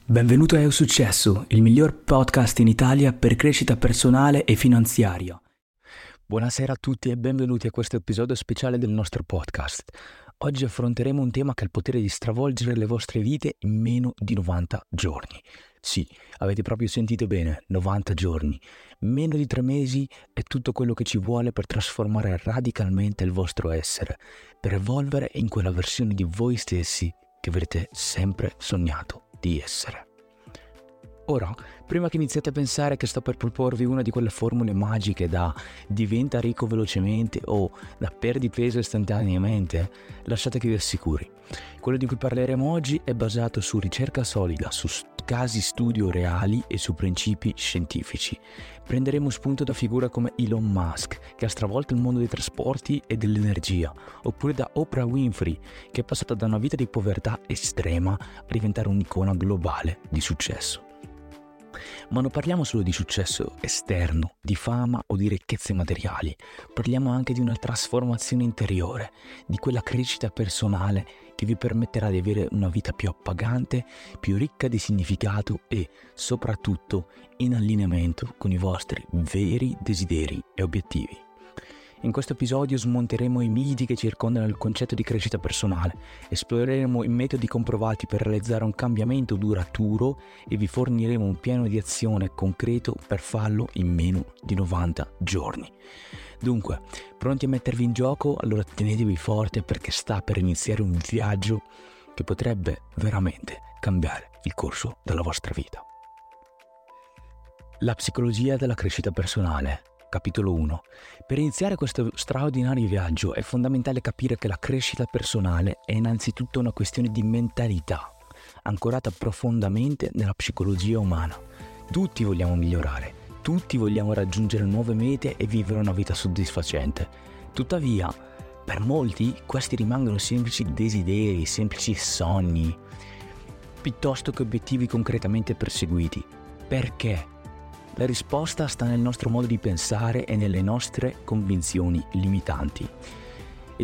Benvenuto a Eu Successo, il miglior podcast in Italia per crescita personale e finanziaria. Buonasera a tutti e benvenuti a questo episodio speciale del nostro podcast. Oggi affronteremo un tema che ha il potere di stravolgere le vostre vite in meno di 90 giorni. Sì, avete proprio sentito bene, 90 giorni. Meno di 3 mesi è tutto quello che ci vuole per trasformare radicalmente il vostro essere, per evolvere in quella versione di voi stessi che avrete sempre sognato di essere. Ora, prima che iniziate a pensare che sto per proporvi una di quelle formule magiche da diventa ricco velocemente o da perdi peso istantaneamente, lasciate che vi assicuri. Quello di cui parleremo oggi è basato su ricerca solida, su casi studio reali e su principi scientifici. Prenderemo spunto da figure come Elon Musk, che ha stravolto il mondo dei trasporti e dell'energia, oppure da Oprah Winfrey, che è passata da una vita di povertà estrema a diventare un'icona globale di successo. Ma non parliamo solo di successo esterno, di fama o di ricchezze materiali, parliamo anche di una trasformazione interiore, di quella crescita personale che vi permetterà di avere una vita più appagante, più ricca di significato e, soprattutto, in allineamento con i vostri veri desideri e obiettivi. In questo episodio smonteremo i miti che circondano il concetto di crescita personale, esploreremo i metodi comprovati per realizzare un cambiamento duraturo e vi forniremo un piano di azione concreto per farlo in meno di 90 giorni. Dunque, pronti a mettervi in gioco? Allora tenetevi forte perché sta per iniziare un viaggio che potrebbe veramente cambiare il corso della vostra vita. La psicologia della crescita personale. Capitolo 1. Per iniziare questo straordinario viaggio è fondamentale capire che la crescita personale è innanzitutto una questione di mentalità, ancorata profondamente nella psicologia umana. Tutti vogliamo migliorare, tutti vogliamo raggiungere nuove mete e vivere una vita soddisfacente. Tuttavia, per molti questi rimangono semplici desideri, semplici sogni, piuttosto che obiettivi concretamente perseguiti. Perché? La risposta sta nel nostro modo di pensare e nelle nostre convinzioni limitanti. Il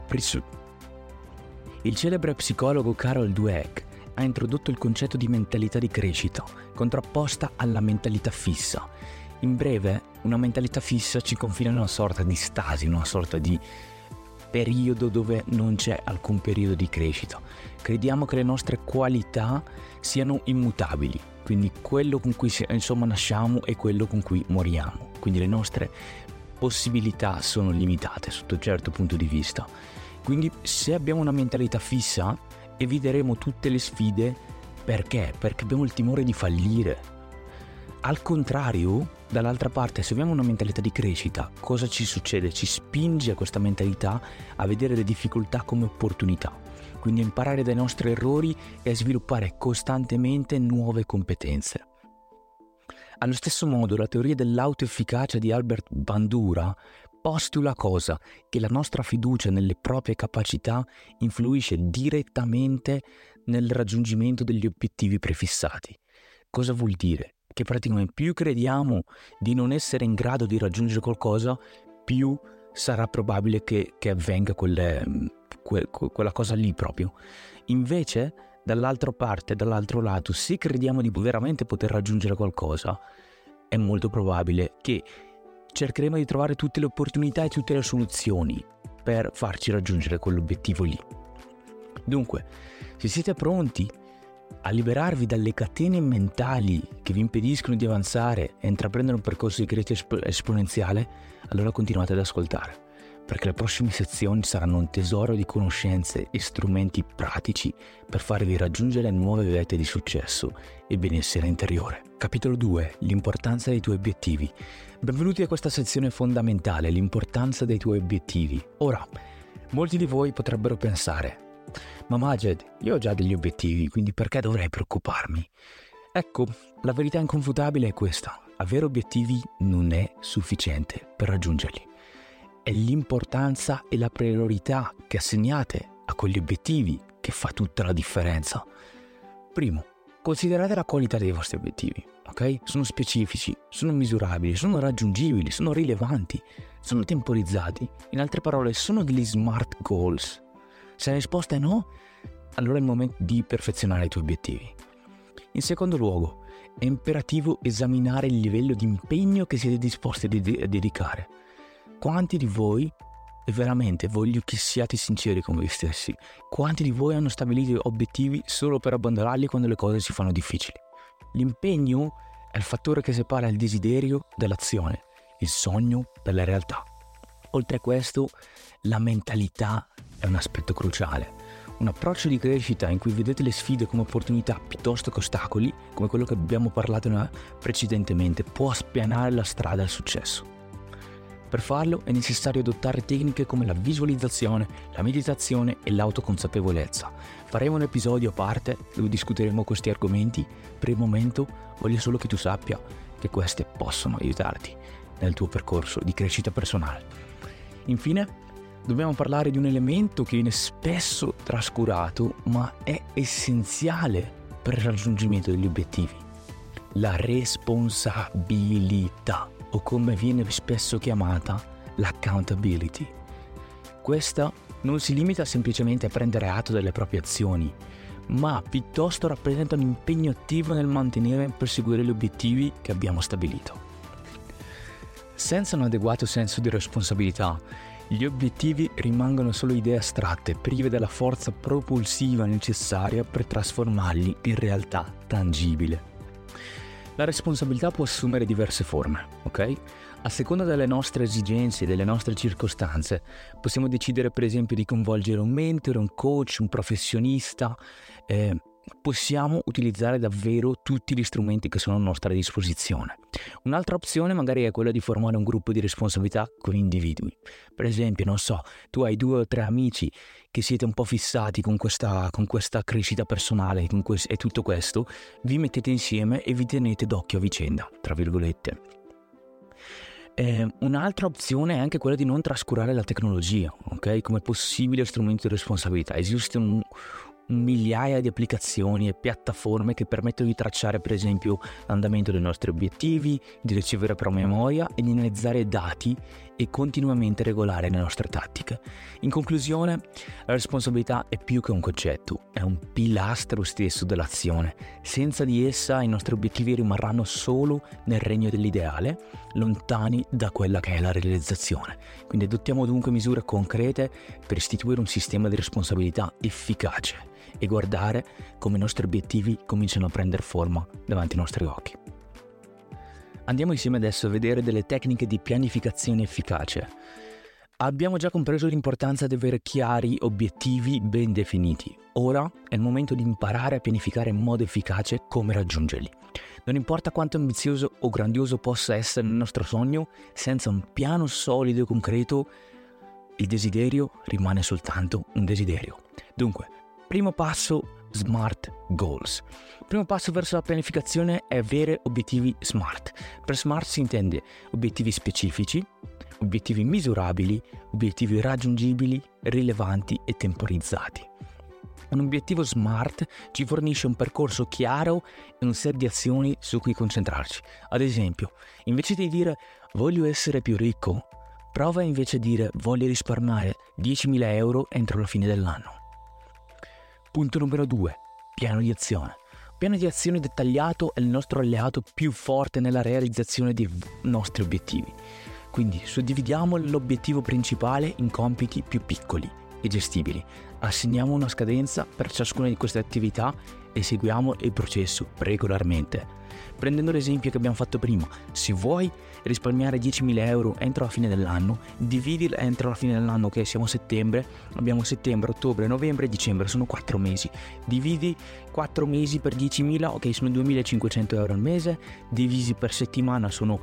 celebre psicologo Carol Dweck ha introdotto il concetto di mentalità di crescita, contrapposta alla mentalità fissa. In breve, una mentalità fissa ci confina in una sorta di stasi, in una sorta di periodo dove non c'è alcun periodo di crescita. Crediamo che le nostre qualità siano immutabili, quindi quello con cui nasciamo e quello con cui moriamo. Quindi le nostre possibilità sono limitate sotto un certo punto di vista. Quindi se abbiamo una mentalità fissa, eviteremo tutte le sfide. Perché? Perché abbiamo il timore di fallire. Al contrario, dall'altra parte, se abbiamo una mentalità di crescita, cosa ci succede? Ci spinge a questa mentalità a vedere le difficoltà come opportunità, quindi a imparare dai nostri errori e a sviluppare costantemente nuove competenze. Allo stesso modo, la teoria dell'autoefficacia di Albert Bandura postula cosa? Che la nostra fiducia nelle proprie capacità influisce direttamente nel raggiungimento degli obiettivi prefissati. Cosa vuol dire? Che praticamente più crediamo di non essere in grado di raggiungere qualcosa, più sarà probabile che avvenga quella cosa lì proprio. Invece, dall'altro lato, se crediamo di veramente poter raggiungere qualcosa, è molto probabile che cercheremo di trovare tutte le opportunità e tutte le soluzioni per farci raggiungere quell'obiettivo lì. Dunque, se siete pronti a liberarvi dalle catene mentali che vi impediscono di avanzare e intraprendere un percorso di crescita esponenziale, allora continuate ad ascoltare, perché le prossime sezioni saranno un tesoro di conoscenze e strumenti pratici per farvi raggiungere nuove vette di successo e benessere interiore. Capitolo 2. L'importanza dei tuoi obiettivi. Benvenuti a questa sezione fondamentale, l'importanza dei tuoi obiettivi. Ora, molti di voi potrebbero pensare: ma Majed, io ho già degli obiettivi, quindi perché dovrei preoccuparmi? Ecco, la verità inconfutabile è questa: avere obiettivi non è sufficiente per raggiungerli. È l'importanza e la priorità che assegnate a quegli obiettivi che fa tutta la differenza. Primo, considerate la qualità dei vostri obiettivi, ok? Sono specifici, sono misurabili, sono raggiungibili, sono rilevanti, sono temporizzati. In altre parole, sono degli smart goals. Se la risposta è no, allora è il momento di perfezionare i tuoi obiettivi. In secondo luogo, è imperativo esaminare il livello di impegno che siete disposti a dedicare. Quanti di voi, e veramente voglio che siate sinceri con voi stessi, quanti di voi hanno stabilito obiettivi solo per abbandonarli quando le cose si fanno difficili? L'impegno è il fattore che separa il desiderio dall'azione, il sogno dalla realtà. Oltre a questo, la mentalità è un aspetto cruciale. Un approccio di crescita in cui vedete le sfide come opportunità piuttosto che ostacoli, come quello che abbiamo parlato precedentemente, può spianare la strada al successo. Per farlo è necessario adottare tecniche come la visualizzazione, la meditazione e l'autoconsapevolezza. Faremo un episodio a parte dove discuteremo questi argomenti. Per il momento voglio solo che tu sappia che queste possono aiutarti nel tuo percorso di crescita personale. Infine, dobbiamo parlare di un elemento che viene spesso trascurato, ma è essenziale per il raggiungimento degli obiettivi: la responsabilità, o come viene spesso chiamata l'accountability. Questa non si limita semplicemente a prendere atto delle proprie azioni, ma piuttosto rappresenta un impegno attivo nel mantenere e perseguire gli obiettivi che abbiamo stabilito. Senza un adeguato senso di responsabilità, gli obiettivi rimangono solo idee astratte, prive della forza propulsiva necessaria per trasformarli in realtà tangibile. La responsabilità può assumere diverse forme, ok? A seconda delle nostre esigenze e delle nostre circostanze, possiamo decidere per esempio di coinvolgere un mentore, un coach, un professionista. Possiamo utilizzare davvero tutti gli strumenti che sono a nostra disposizione. Un'altra opzione magari è quella di formare un gruppo di responsabilità con individui. Per esempio, non so, tu hai 2 o 3 amici che siete un po' fissati con questa crescita personale e tutto questo, vi mettete insieme e vi tenete d'occhio a vicenda, tra virgolette. Un'altra opzione è anche quella di non trascurare la tecnologia, ok? Come possibile strumento di responsabilità. Esistono migliaia di applicazioni e piattaforme che permettono di tracciare per esempio l'andamento dei nostri obiettivi, di ricevere promemoria e di analizzare dati e continuamente regolare le nostre tattiche. In conclusione, la responsabilità è più che un concetto, è un pilastro stesso dell'azione. Senza di essa i nostri obiettivi rimarranno solo nel regno dell'ideale, lontani da quella che è la realizzazione. Quindi adottiamo dunque misure concrete per istituire un sistema di responsabilità efficace e guardare come i nostri obiettivi cominciano a prendere forma davanti ai nostri occhi. Andiamo insieme adesso a vedere delle tecniche di pianificazione efficace. Abbiamo già compreso l'importanza di avere chiari obiettivi ben definiti. Ora è il momento di imparare a pianificare in modo efficace come raggiungerli. Non importa quanto ambizioso o grandioso possa essere il nostro sogno, senza un piano solido e concreto, il desiderio rimane soltanto un desiderio. Dunque, primo passo, SMART goals. Il primo passo verso la pianificazione è avere obiettivi SMART. Per SMART si intende obiettivi specifici, obiettivi misurabili, obiettivi raggiungibili, rilevanti e temporizzati. Un obiettivo SMART ci fornisce un percorso chiaro e una serie di azioni su cui concentrarci. Ad esempio, invece di dire voglio essere più ricco, prova invece a dire voglio risparmiare 10.000 euro entro la fine dell'anno. Punto numero 2. Piano di azione. Piano di azione dettagliato è il nostro alleato più forte nella realizzazione dei nostri obiettivi. Quindi suddividiamo l'obiettivo principale in compiti più piccoli e gestibili. Assegniamo una scadenza per ciascuna di queste attività e seguiamo il processo regolarmente. Prendendo l'esempio che abbiamo fatto prima, se vuoi risparmiare 10.000 euro entro la fine dell'anno, dividi entro la fine dell'anno, che siamo a settembre, abbiamo settembre, ottobre, novembre e dicembre, sono 4 mesi. Dividi 4 mesi per 10.000, ok, sono 2.500 euro al mese, divisi per settimana sono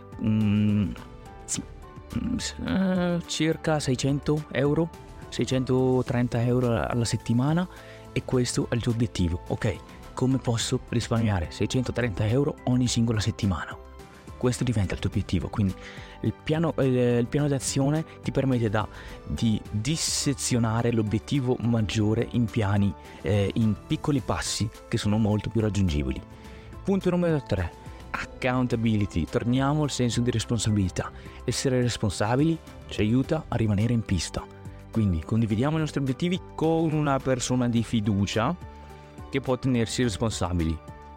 circa 600 euro, 630 euro alla settimana, e questo è il tuo obiettivo, ok? Come posso risparmiare 630 euro ogni singola settimana? Questo diventa il tuo obiettivo. Quindi il piano d'azione ti permette di dissezionare l'obiettivo maggiore in piani, in piccoli passi che sono molto più raggiungibili. Punto numero 3. Accountability. Torniamo al senso di responsabilità. Essere responsabili ci aiuta a rimanere in pista. Quindi condividiamo i nostri obiettivi con una persona di fiducia che può tenersi responsabili.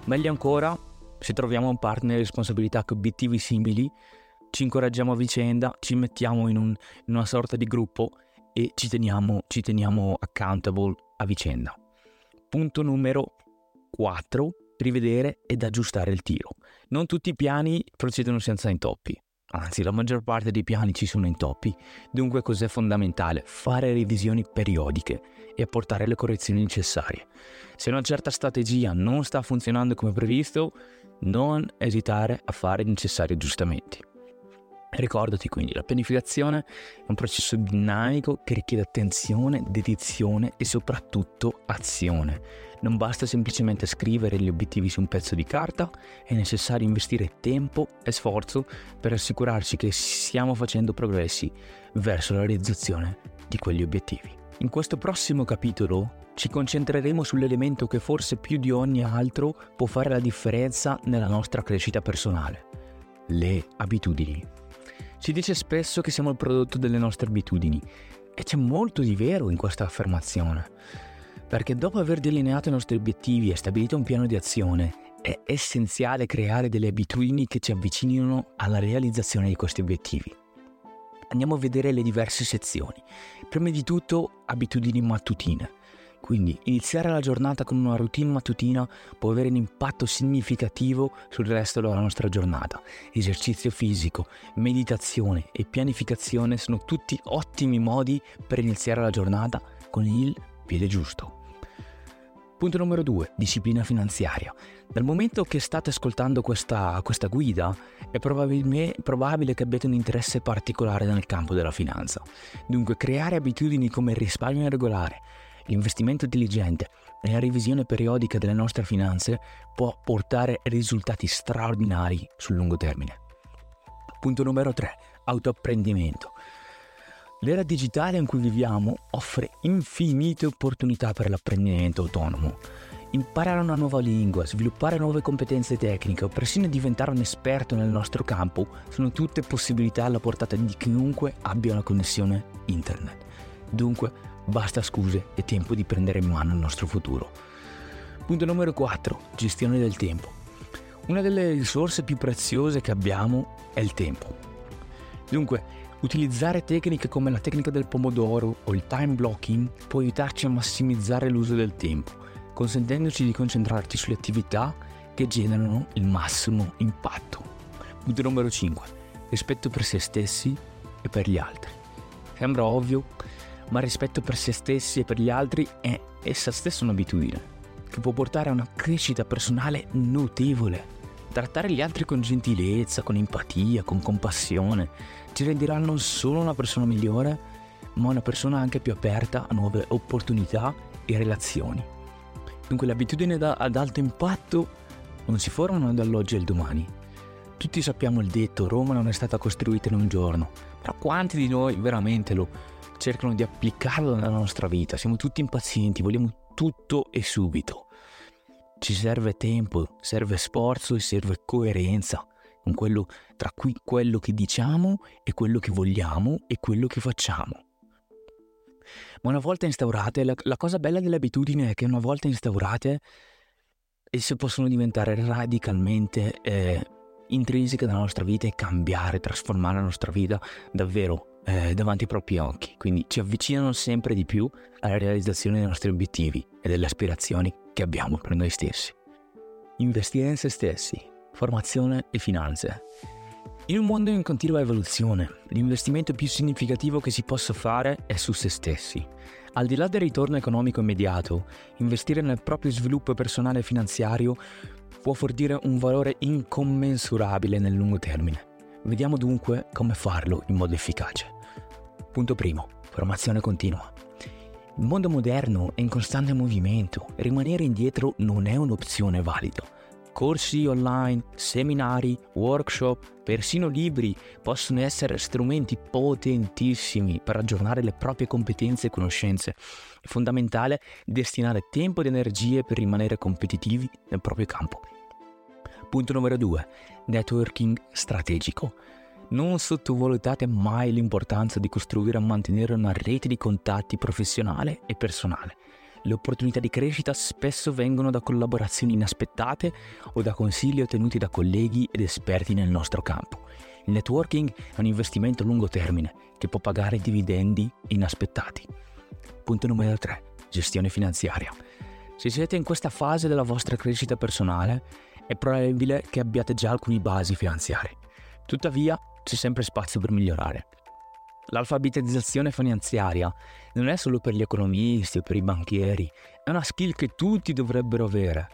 Meglio ancora, se troviamo un partner di responsabilità con obiettivi simili, ci incoraggiamo a vicenda, ci mettiamo in una sorta di gruppo e ci teniamo accountable a vicenda. Punto numero 4, rivedere ed aggiustare il tiro. Non tutti i piani procedono senza intoppi, anzi la maggior parte dei piani ci sono intoppi, dunque cos'è fondamentale? Fare revisioni periodiche e apportare le correzioni necessarie. Se una certa strategia non sta funzionando come previsto, non esitare a fare i necessari aggiustamenti. Ricordati quindi, la pianificazione è un processo dinamico che richiede attenzione, dedizione e soprattutto azione. Non basta semplicemente scrivere gli obiettivi su un pezzo di carta, è necessario investire tempo e sforzo per assicurarci che stiamo facendo progressi verso la realizzazione di quegli obiettivi. In questo prossimo capitolo ci concentreremo sull'elemento che forse più di ogni altro può fare la differenza nella nostra crescita personale: le abitudini. Si dice spesso che siamo il prodotto delle nostre abitudini e c'è molto di vero in questa affermazione, perché dopo aver delineato i nostri obiettivi e stabilito un piano di azione è essenziale creare delle abitudini che ci avvicinino alla realizzazione di questi obiettivi. Andiamo a vedere le diverse sezioni. Prima di tutto, abitudini mattutine. Quindi iniziare la giornata con una routine mattutina può avere un impatto significativo sul resto della nostra giornata. Esercizio fisico, meditazione e pianificazione sono tutti ottimi modi per iniziare la giornata con il piede giusto. Punto numero 2, disciplina finanziaria. Dal momento che state ascoltando questa guida, è probabile che abbiate un interesse particolare nel campo della finanza. Dunque, creare abitudini come il risparmio regolare, l'investimento intelligente e la revisione periodica delle nostre finanze può portare risultati straordinari sul lungo termine. Punto numero 3, autoapprendimento. L'era digitale in cui viviamo offre infinite opportunità per l'apprendimento autonomo. Imparare una nuova lingua, sviluppare nuove competenze tecniche o persino diventare un esperto nel nostro campo sono tutte possibilità alla portata di chiunque abbia una connessione internet. Dunque, basta scuse, è tempo di prendere in mano il nostro futuro. Punto numero 4, gestione del tempo. Una delle risorse più preziose che abbiamo è il tempo. Dunque, utilizzare tecniche come la tecnica del pomodoro o il time blocking può aiutarci a massimizzare l'uso del tempo, consentendoci di concentrarci sulle attività che generano il massimo impatto. Punto numero 5, rispetto per se stessi e per gli altri. Sembra ovvio, ma il rispetto per se stessi e per gli altri è essa stessa un'abitudine che può portare a una crescita personale notevole. Trattare gli altri con gentilezza, con empatia, con compassione ci renderà non solo una persona migliore, ma una persona anche più aperta a nuove opportunità e relazioni. Dunque le abitudini ad alto impatto non si formano dall'oggi al domani. Tutti sappiamo il detto: Roma non è stata costruita in un giorno, però quanti di noi veramente lo cercano di applicarlo nella nostra vita? Siamo tutti impazienti, vogliamo tutto e subito. Ci serve tempo, serve sforzo e serve coerenza con quello che diciamo e quello che vogliamo e quello che facciamo. Ma una volta instaurate, la cosa bella delle abitudini è che una volta instaurate esse possono diventare radicalmente intrinseche nella nostra vita e cambiare, trasformare la nostra vita davvero davanti ai propri occhi. Quindi ci avvicinano sempre di più alla realizzazione dei nostri obiettivi e delle aspirazioni che abbiamo per noi stessi. Investire in se stessi, formazione e finanze. In un mondo in continua evoluzione, l'investimento più significativo che si possa fare è su se stessi. Al di là del ritorno economico immediato, investire nel proprio sviluppo personale e finanziario può fornire un valore incommensurabile nel lungo termine. Vediamo dunque come farlo in modo efficace. Punto primo, formazione continua. Il mondo moderno è in costante movimento e rimanere indietro non è un'opzione valida. Corsi online, seminari, workshop, persino libri possono essere strumenti potentissimi per aggiornare le proprie competenze e conoscenze. È fondamentale destinare tempo ed energie per rimanere competitivi nel proprio campo. Punto numero 2, networking strategico. Non sottovalutate mai l'importanza di costruire e mantenere una rete di contatti professionale e personale. le opportunità di crescita spesso vengono da collaborazioni inaspettate o da consigli ottenuti da colleghi ed esperti nel nostro campo. Il networking è un investimento a lungo termine che può pagare dividendi inaspettati. Punto numero 3. Gestione finanziaria. Se siete in questa fase della vostra crescita personale, è probabile che abbiate già alcune basi finanziarie. Tuttavia, c'è sempre spazio per migliorare. L'alfabetizzazione finanziaria non è solo per gli economisti o per i banchieri, è una skill che tutti dovrebbero avere.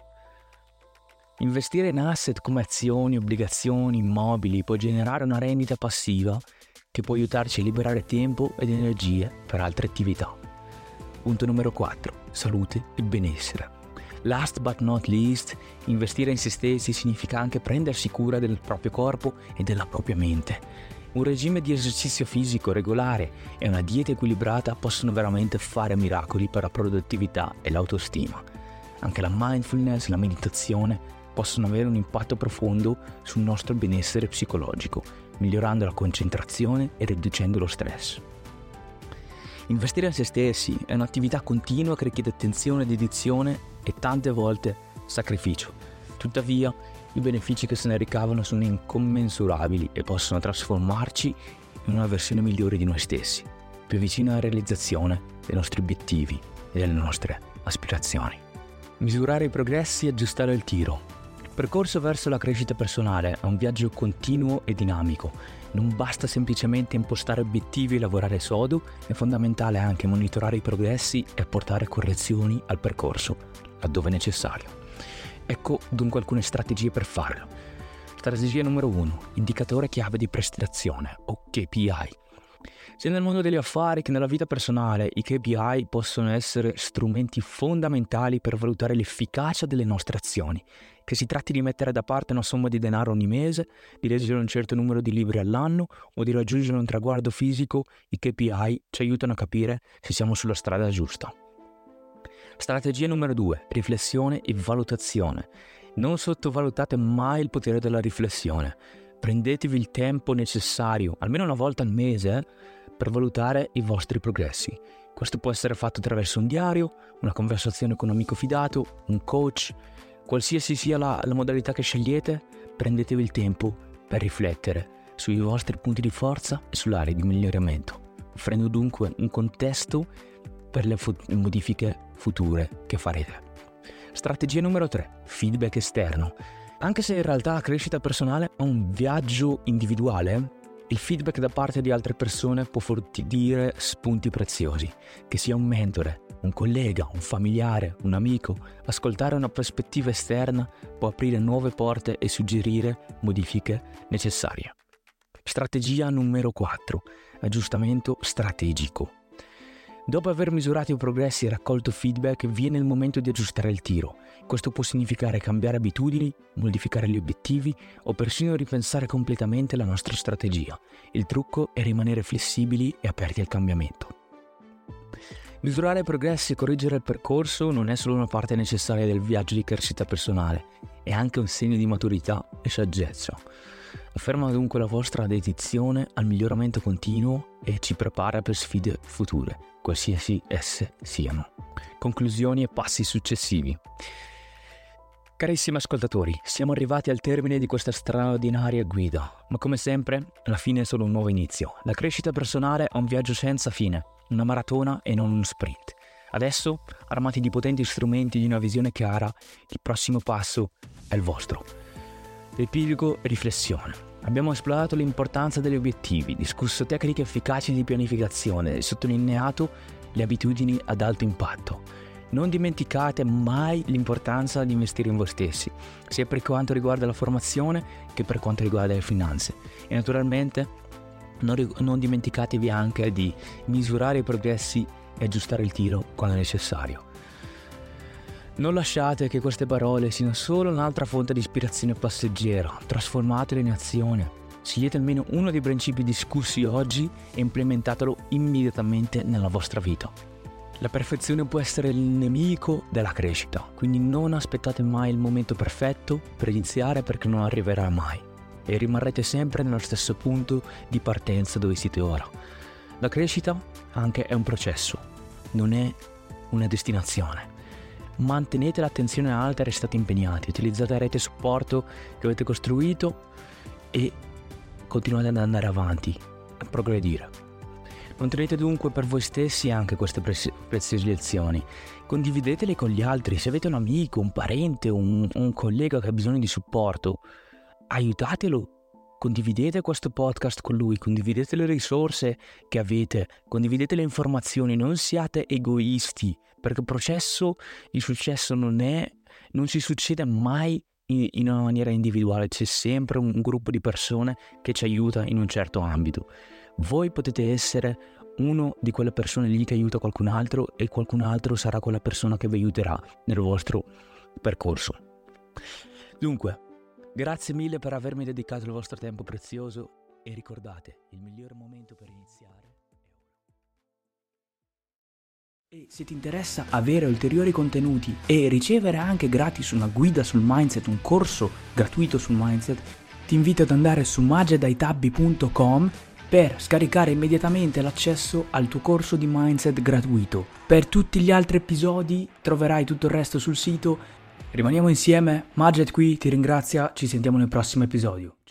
Investire in asset come azioni, obbligazioni, immobili può generare una rendita passiva che può aiutarci a liberare tempo ed energie per altre attività. Punto numero 4. Salute e benessere. Last but not least, investire in se stessi significa anche prendersi cura del proprio corpo e della propria mente. Un regime di esercizio fisico regolare e una dieta equilibrata possono veramente fare miracoli per la produttività e l'autostima. Anche la mindfulness e la meditazione possono avere un impatto profondo sul nostro benessere psicologico, migliorando la concentrazione e riducendo lo stress. Investire in se stessi è un'attività continua che richiede attenzione, dedizione e tante volte sacrificio. Tuttavia, i benefici che se ne ricavano sono incommensurabili e possono trasformarci in una versione migliore di noi stessi, più vicina alla realizzazione dei nostri obiettivi e delle nostre aspirazioni. Misurare i progressi e aggiustare il tiro. Il percorso verso la crescita personale è un viaggio continuo e dinamico. Non basta semplicemente impostare obiettivi e lavorare sodo, è fondamentale anche monitorare i progressi e apportare correzioni al percorso, laddove necessario. Ecco dunque alcune strategie per farlo. Strategia numero 1. Indicatore chiave di prestazione o KPI. Sia nel mondo degli affari che nella vita personale, i KPI possono essere strumenti fondamentali per valutare l'efficacia delle nostre azioni. Che si tratti di mettere da parte una somma di denaro ogni mese, di leggere un certo numero di libri all'anno o di raggiungere un traguardo fisico, i KPI ci aiutano a capire se siamo sulla strada giusta. Strategia numero 2. Riflessione e valutazione. Non sottovalutate mai il potere della riflessione. Prendetevi il tempo necessario, almeno una volta al mese, per valutare i vostri progressi. Questo può essere fatto attraverso un diario, una conversazione con un amico fidato, un coach. Qualsiasi sia la modalità che scegliete, prendetevi il tempo per riflettere sui vostri punti di forza e sull'area di miglioramento, offrendo dunque un contesto per le modifiche future che farete. Strategia numero 3. Feedback esterno. Anche se in realtà la crescita personale è un viaggio individuale, il feedback da parte di altre persone può fornire spunti preziosi. Che sia un mentore, un collega, un familiare, un amico, ascoltare una prospettiva esterna può aprire nuove porte e suggerire modifiche necessarie. Strategia numero 4. Aggiustamento strategico. Dopo aver misurato i progressi e raccolto feedback, viene il momento di aggiustare il tiro. Questo può significare cambiare abitudini, modificare gli obiettivi o persino ripensare completamente la nostra strategia. Il trucco è rimanere flessibili e aperti al cambiamento. Misurare i progressi e correggere il percorso non è solo una parte necessaria del viaggio di crescita personale, è anche un segno di maturità e saggezza. Afferma dunque la vostra dedizione al miglioramento continuo e ci prepara per sfide future, qualsiasi esse siano. Conclusioni e passi successivi. Carissimi ascoltatori, siamo arrivati al termine di questa straordinaria guida, ma come sempre, alla fine è solo un nuovo inizio. La crescita personale è un viaggio senza fine, una maratona e non uno sprint. Adesso, armati di potenti strumenti di una visione chiara, il prossimo passo è il vostro. Epilogo e riflessione. Abbiamo esplorato l'importanza degli obiettivi, discusso tecniche efficaci di pianificazione e sottolineato le abitudini ad alto impatto. Non dimenticate mai l'importanza di investire in voi stessi, sia per quanto riguarda la formazione che per quanto riguarda le finanze. E naturalmente non dimenticatevi anche di misurare i progressi e aggiustare il tiro quando è necessario. Non lasciate che queste parole siano solo un'altra fonte di ispirazione passeggera, trasformatele in azione. Scegliete almeno uno dei principi discussi oggi e implementatelo immediatamente nella vostra vita. La perfezione può essere il nemico della crescita, quindi non aspettate mai il momento perfetto per iniziare perché non arriverà mai e rimarrete sempre nello stesso punto di partenza dove siete ora. La crescita anche è un processo, non è una destinazione. Mantenete l'attenzione alta e restate impegnati, utilizzate la rete supporto che avete costruito e continuate ad andare avanti, a progredire. Non tenete dunque per voi stessi anche queste preziose lezioni, condividetele con gli altri. Se avete un amico, un parente, un collega che ha bisogno di supporto, aiutatelo. Condividete questo podcast con lui, condividete le risorse che avete, condividete le informazioni, non siate egoisti, perché il successo non si succede mai in una maniera individuale, c'è sempre un gruppo di persone che ci aiuta in un certo ambito. Voi potete essere uno di quelle persone lì che aiuta qualcun altro e qualcun altro sarà quella persona che vi aiuterà nel vostro percorso. Dunque, grazie mille per avermi dedicato il vostro tempo prezioso e ricordate, il migliore momento per iniziare è ora. E se ti interessa avere ulteriori contenuti e ricevere anche gratis una guida sul mindset, un corso gratuito sul mindset, ti invito ad andare su magedaitabbi.com per scaricare immediatamente l'accesso al tuo corso di mindset gratuito. Per tutti gli altri episodi troverai tutto il resto sul sito. Rimaniamo insieme, Maged qui ti ringrazia, ci sentiamo nel prossimo episodio.